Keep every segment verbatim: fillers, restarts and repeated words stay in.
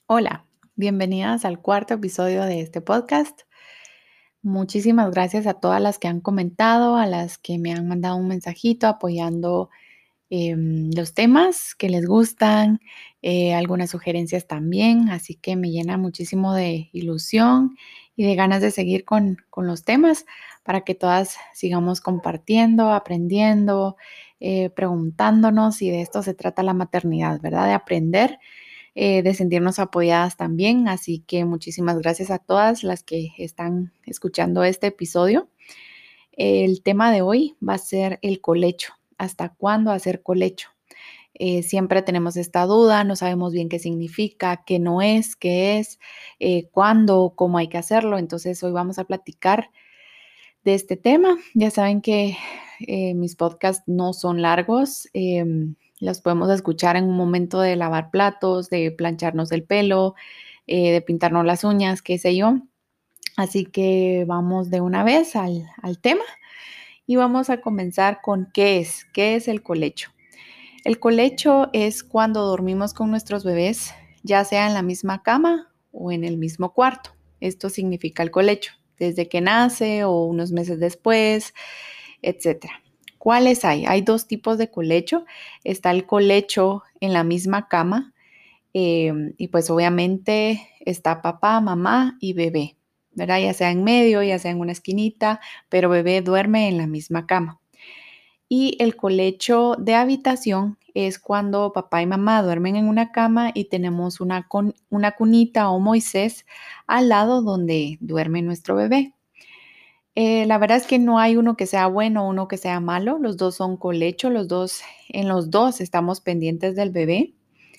Hola, bienvenidas al cuarto episodio de este podcast. Muchísimas gracias a todas las que han comentado, a las que me han mandado un mensajito apoyando em, los temas que les gustan, eh, algunas sugerencias también, así que me llena muchísimo de ilusión y de ganas de seguir con, con los temas para que todas sigamos compartiendo, aprendiendo, eh, preguntándonos, y de esto se trata la maternidad, ¿verdad? De aprender, eh, de sentirnos apoyadas también. Así que muchísimas gracias a todas las que están escuchando este episodio. El tema de hoy va a ser el colecho. ¿Hasta cuándo hacer colecho? Eh, siempre tenemos esta duda, no sabemos bien qué significa, qué no es, qué es, eh, cuándo, cómo hay que hacerlo. Entonces hoy vamos a platicar de este tema. Ya saben que eh, mis podcasts no son largos. Eh, los podemos escuchar en un momento de lavar platos, de plancharnos el pelo, eh, de pintarnos las uñas, qué sé yo. Así que vamos de una vez al, al tema y vamos a comenzar con qué es, qué es el colecho. El colecho es cuando dormimos con nuestros bebés, ya sea en la misma cama o en el mismo cuarto. Esto significa el colecho, desde que nace o unos meses después, etcétera. ¿Cuáles hay? Hay dos tipos de colecho. Está el colecho en la misma cama, eh, y pues obviamente está papá, mamá y bebé, ¿verdad? Ya sea en medio, ya sea en una esquinita, pero bebé duerme en la misma cama. Y el colecho de habitación es cuando papá y mamá duermen en una cama y tenemos una, con, una cunita o Moisés al lado donde duerme nuestro bebé. Eh, la verdad es que no hay uno que sea bueno o uno que sea malo. Los dos son colecho, los dos, en los dos estamos pendientes del bebé.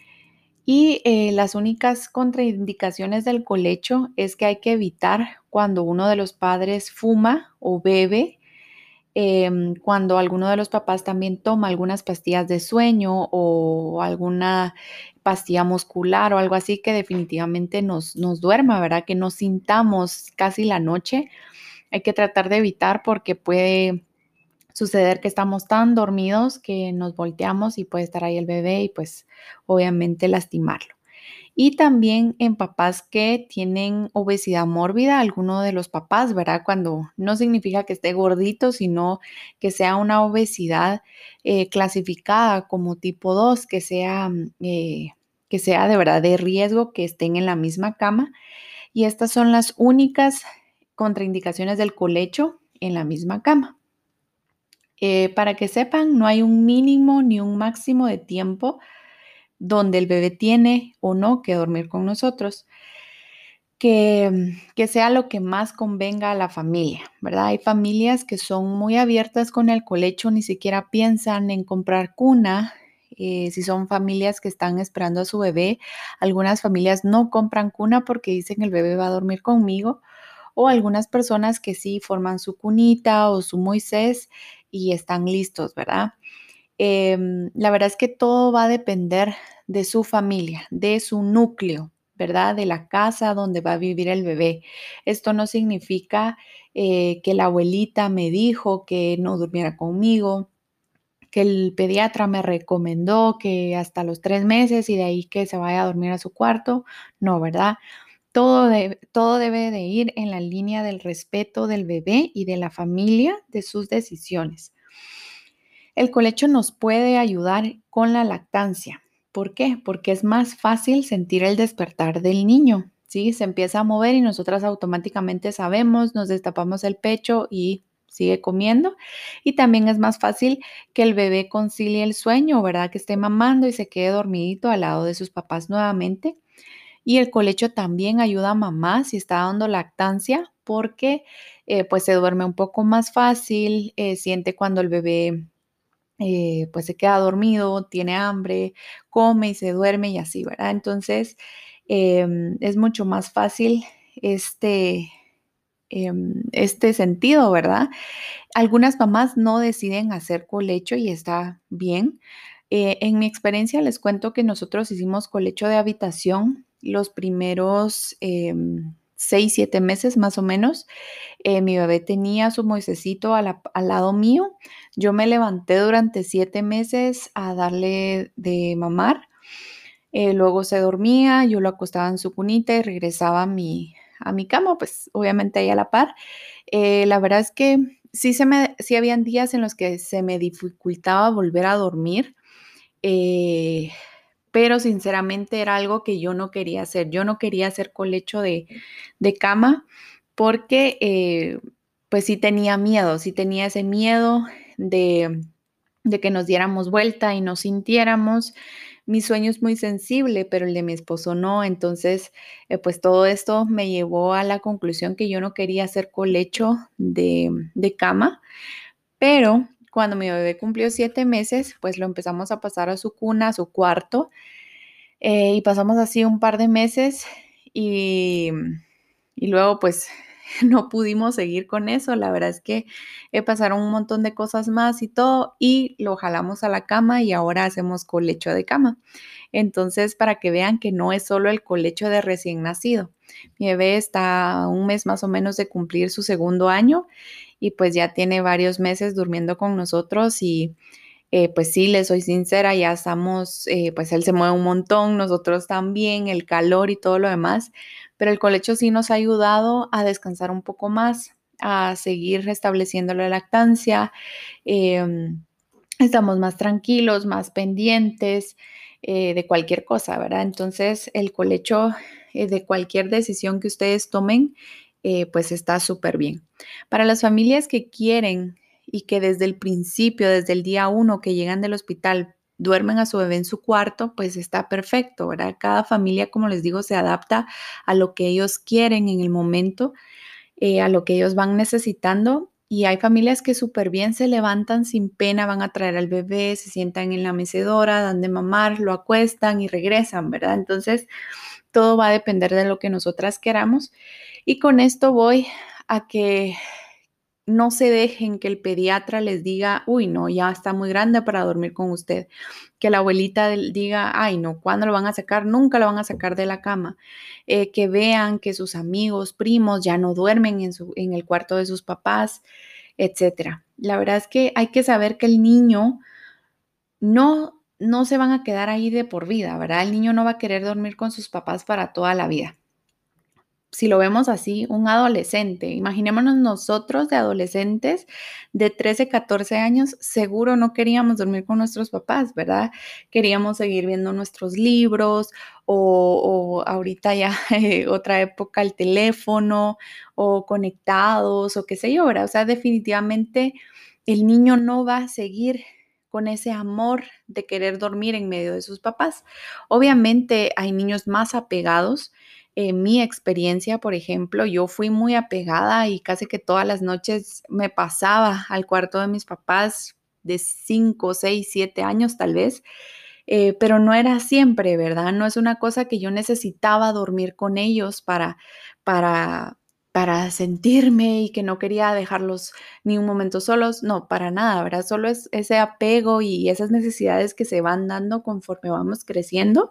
Y eh, las únicas contraindicaciones del colecho es que hay que evitar cuando uno de los padres fuma o bebe, em, cuando alguno de los papás también toma algunas pastillas de sueño o alguna pastilla muscular o algo así que definitivamente nos, nos duerma, ¿verdad? Que no sintamos casi la noche. Hay que tratar de evitar porque puede suceder que estamos tan dormidos que nos volteamos y puede estar ahí el bebé y pues obviamente lastimarlo. Y también en papás que tienen obesidad mórbida, alguno de los papás, ¿verdad? Cuando no significa que esté gordito, sino que sea una obesidad eh, clasificada como tipo dos, que sea, mm, eh, que sea de verdad de riesgo, que estén en la misma cama. Y estas son las únicas contraindicaciones del colecho en la misma cama. Eh, para que sepan, no hay un mínimo ni un máximo de tiempo donde el bebé tiene o no que dormir con nosotros, que, mm, que sea lo que más convenga a la familia, ¿verdad? Hay familias que son muy abiertas con el colecho, ni siquiera piensan en comprar cuna. Eh, si son familias que están esperando a su bebé, algunas familias no compran cuna porque dicen el bebé va a dormir conmigo, o algunas personas que sí forman su cunita o su Moisés y están listos, ¿verdad? Em, la verdad es que todo va a depender de su familia, de su núcleo, ¿verdad? De la casa donde va a vivir el bebé. Esto no significa eh, que la abuelita me dijo que no durmiera conmigo, que el pediatra me recomendó que hasta los tres meses y de ahí que se vaya a dormir a su cuarto. No, ¿verdad? Todo, de- todo debe de ir en la línea del respeto del bebé y de la familia, de sus decisiones. El colecho nos puede ayudar con la lactancia. ¿Por qué? Porque es más fácil sentir el despertar del niño, ¿sí? Se empieza a mover y nosotras automáticamente sabemos, nos destapamos el pecho y sigue comiendo. Y también es más fácil que el bebé concilie el sueño, ¿verdad? Que esté mamando y se quede dormidito al lado de sus papás nuevamente. Y el colecho también ayuda a mamá si está dando lactancia porque eh, pues se duerme un poco más fácil, eh, siente cuando el bebé eh, pues se queda dormido, tiene hambre, come y se duerme y así, ¿verdad? Entonces, em, es mucho más fácil este, em, este sentido, ¿verdad? Algunas mamás no deciden hacer colecho y está bien. Eh, en mi experiencia les cuento que nosotros hicimos colecho de habitación los primeros em, seis, siete meses más o menos. Eh, mi bebé tenía su Moisecito a la- al lado mío. Yo me levanté durante siete meses a darle de mamar Eh, luego se dormía, yo lo acostaba en su cunita y regresaba a mi, a mi cama, pues obviamente ahí a la par. Eh, la verdad es que sí, se me, sí habían días en los que se me dificultaba volver a dormir, eh, pero sinceramente era algo que yo no quería hacer. Yo no quería hacer colecho de, de cama porque eh, pues sí tenía miedo, sí tenía ese miedo de, de que nos diéramos vuelta y nos sintiéramos. Mi sueño es muy sensible, pero el de mi esposo no. Entonces, eh, pues todo esto me llevó a la conclusión que yo no quería hacer colecho de, de cama, pero cuando mi bebé cumplió siete meses, pues lo empezamos a pasar a su cuna, a su cuarto, eh, y pasamos así un par de meses y, y luego pues no pudimos seguir con eso. La verdad es que eh, pasaron un montón de cosas más y todo y lo jalamos a la cama y ahora hacemos colecho de cama. Entonces, para que vean que no es solo el colecho de recién nacido. Mi bebé está a un mes más o menos de cumplir su segundo año y pues ya tiene varios meses durmiendo con nosotros y eh, pues sí, le soy sincera, ya estamos, eh, pues él se mueve un montón, nosotros también, el calor y todo lo demás, pero el colecho sí nos ha ayudado a descansar un poco más, a seguir restableciendo la lactancia. em, Estamos más tranquilos, más pendientes eh, de cualquier cosa, ¿verdad? Entonces, el colecho eh, de cualquier decisión que ustedes tomen, eh, pues está súper bien. Para las familias que quieren y que desde el principio, desde el día uno que llegan del hospital, duermen a su bebé en su cuarto, pues está perfecto, ¿verdad? Cada familia, como les digo, se adapta a lo que ellos quieren en el momento, eh, a lo que ellos van necesitando. Y hay familias que súper bien se levantan sin pena, van a traer al bebé, se sientan en la mecedora, dan de mamar, lo acuestan y regresan, ¿verdad? Entonces, todo va a depender de lo que nosotras queramos. Y con esto voy a que no se dejen que el pediatra les diga, uy, no, ya está muy grande para dormir con usted. Que la abuelita del- diga, ay, no, ¿cuándo lo van a sacar? Nunca lo van a sacar de la cama. Eh, que vean que sus amigos, primos ya no duermen en, su, en el cuarto de sus papás, etcétera. La verdad es que hay que saber que el niño no, no se van a quedar ahí de por vida, ¿verdad? El niño no va a querer dormir con sus papás para toda la vida. Si lo vemos así, un adolescente, imaginémonos nosotros de adolescentes de trece, catorce años, seguro no queríamos dormir con nuestros papás, ¿verdad? Queríamos seguir viendo nuestros libros o, o ahorita ya eh, otra época el teléfono o conectados o qué sé yo, ¿verdad? O sea, definitivamente el niño no va a seguir con ese amor de querer dormir en medio de sus papás. Obviamente hay niños más apegados. En mi experiencia, por ejemplo, yo fui muy apegada y casi que todas las noches me pasaba al cuarto de mis papás de cinco, seis, siete años tal vez, eh, pero no era siempre, ¿verdad? No es una cosa que yo necesitaba dormir con ellos para, para, para sentirme y que no quería dejarlos ni un momento solos, no, para nada, ¿verdad? Solo es ese apego y esas necesidades que se van dando conforme vamos creciendo.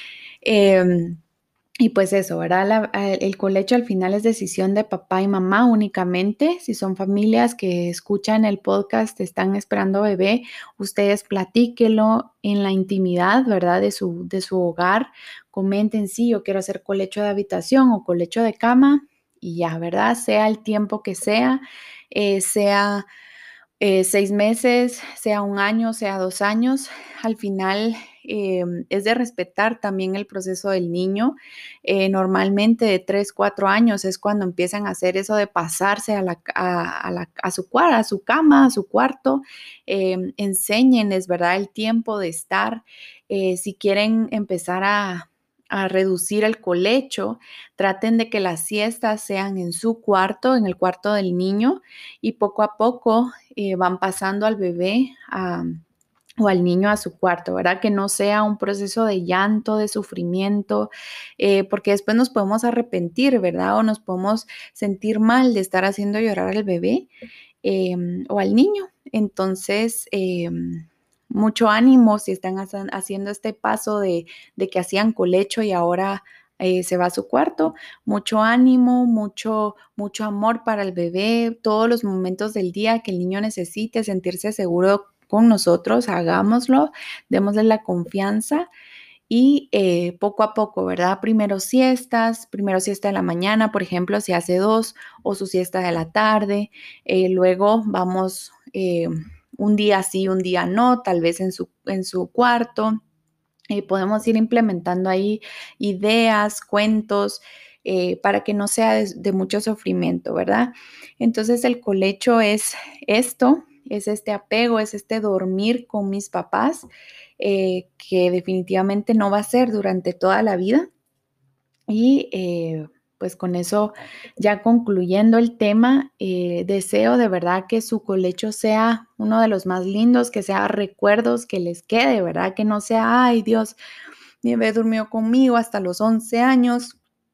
Em, y pues eso, ¿verdad? La- a- el colecho al final es decisión de papá y mamá únicamente. Si son familias que escuchan el podcast, están esperando bebé, ustedes platíquelo en la intimidad, ¿verdad? De su, de su hogar. Comenten, sí, yo quiero hacer colecho de habitación o colecho de cama y ya, ¿verdad? Sea el tiempo que sea, eh, sea eh, seis meses, sea un año, sea dos años, al final eh, es de respetar también el proceso del niño. Eh, normalmente de tres, cuatro años es cuando empiezan a hacer eso de pasarse a, la, a, a, la, a su, a su cama, a su cuarto. Eh, enséñenles, ¿verdad? El tiempo de estar. Eh, si quieren empezar a a reducir el colecho, traten de que las siestas sean en su cuarto, en el cuarto del niño, y poco a poco eh, van pasando al bebé a, o al niño a su cuarto, ¿verdad? Que no sea un proceso de llanto, de sufrimiento, eh, porque después nos podemos arrepentir, ¿verdad? O nos podemos sentir mal de estar haciendo llorar al bebé eh, o al niño. Entonces, eh, mucho ánimo si están haciendo este paso de, de que hacían colecho y ahora eh, se va a su cuarto. Mucho ánimo, mucho, mucho amor para el bebé, todos los momentos del día que el niño necesite sentirse seguro con nosotros, hagámoslo, démosle la confianza y eh, poco a poco, ¿verdad? Primero siestas, primero siesta de la mañana, por ejemplo, si hace dos, o su siesta de la tarde, eh, luego vamos eh, un día sí, un día no, tal vez en su, en su cuarto. Eh, podemos ir implementando ahí ideas, cuentos, eh, para que no sea de, de mucho sufrimiento, ¿verdad? Entonces el colecho es esto, es este apego, es este dormir con mis papás, eh, que definitivamente no va a ser durante toda la vida. Y eh, pues con eso, ya concluyendo el tema, eh, deseo de verdad que su colecho sea uno de los más lindos, que sea recuerdos, que les quede, ¿verdad? Que no sea, ay Dios, mi bebé durmió conmigo hasta los once años,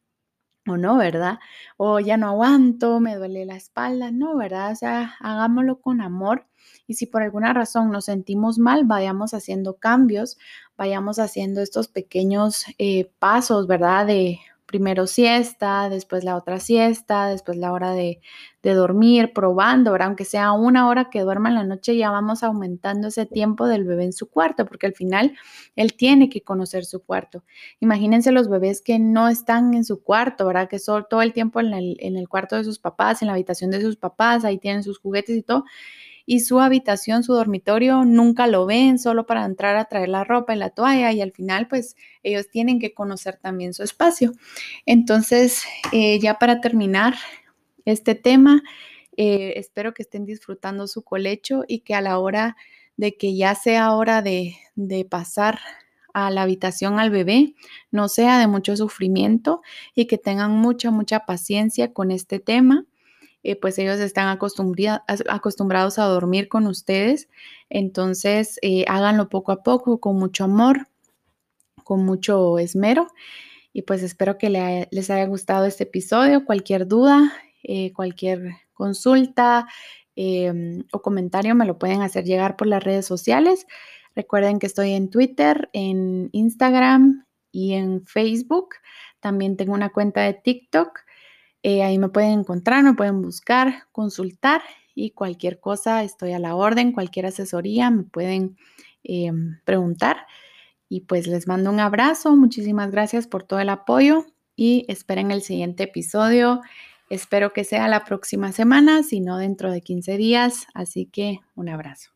o no, ¿verdad? O ya no aguanto, me duele la espalda, no, ¿verdad? O sea, hagámoslo con amor, y si por alguna razón nos sentimos mal, vayamos haciendo cambios, vayamos haciendo estos pequeños eh, pasos, ¿verdad? De primero siesta, después la otra siesta, después la hora de, de dormir, probando, ¿verdad? Aunque sea una hora que duerma en la noche, ya vamos aumentando ese tiempo del bebé en su cuarto, porque al final él tiene que conocer su cuarto. Imagínense los bebés que no están en su cuarto, ¿verdad? Que son todo el tiempo en el, en el cuarto de sus papás, en la habitación de sus papás, ahí tienen sus juguetes y todo, y su habitación, su dormitorio, nunca lo ven, solo para entrar a traer la ropa y la toalla, y al final, pues, ellos tienen que conocer también su espacio. Entonces, eh, ya para terminar este tema, eh, espero que estén disfrutando su colecho y que a la hora de que ya sea hora de, de pasar a la habitación al bebé, no sea de mucho sufrimiento, y que tengan mucha, mucha paciencia con este tema. Eh, pues ellos están acostumbra- acostumbrados a dormir con ustedes, entonces eh, háganlo poco a poco, con mucho amor, con mucho esmero, y pues espero que le- les haya gustado este episodio. Cualquier duda, eh, cualquier consulta eh, o comentario me lo pueden hacer llegar por las redes sociales. Recuerden que estoy en Twitter, en Instagram y en Facebook. También tengo una cuenta de TikTok. Eh, ahí me pueden encontrar, me pueden buscar, consultar, y cualquier cosa estoy a la orden, cualquier asesoría me pueden eh, preguntar. Y pues les mando un abrazo, muchísimas gracias por todo el apoyo y esperen el siguiente episodio. Espero que sea la próxima semana, si no dentro de quince días. Así que un abrazo.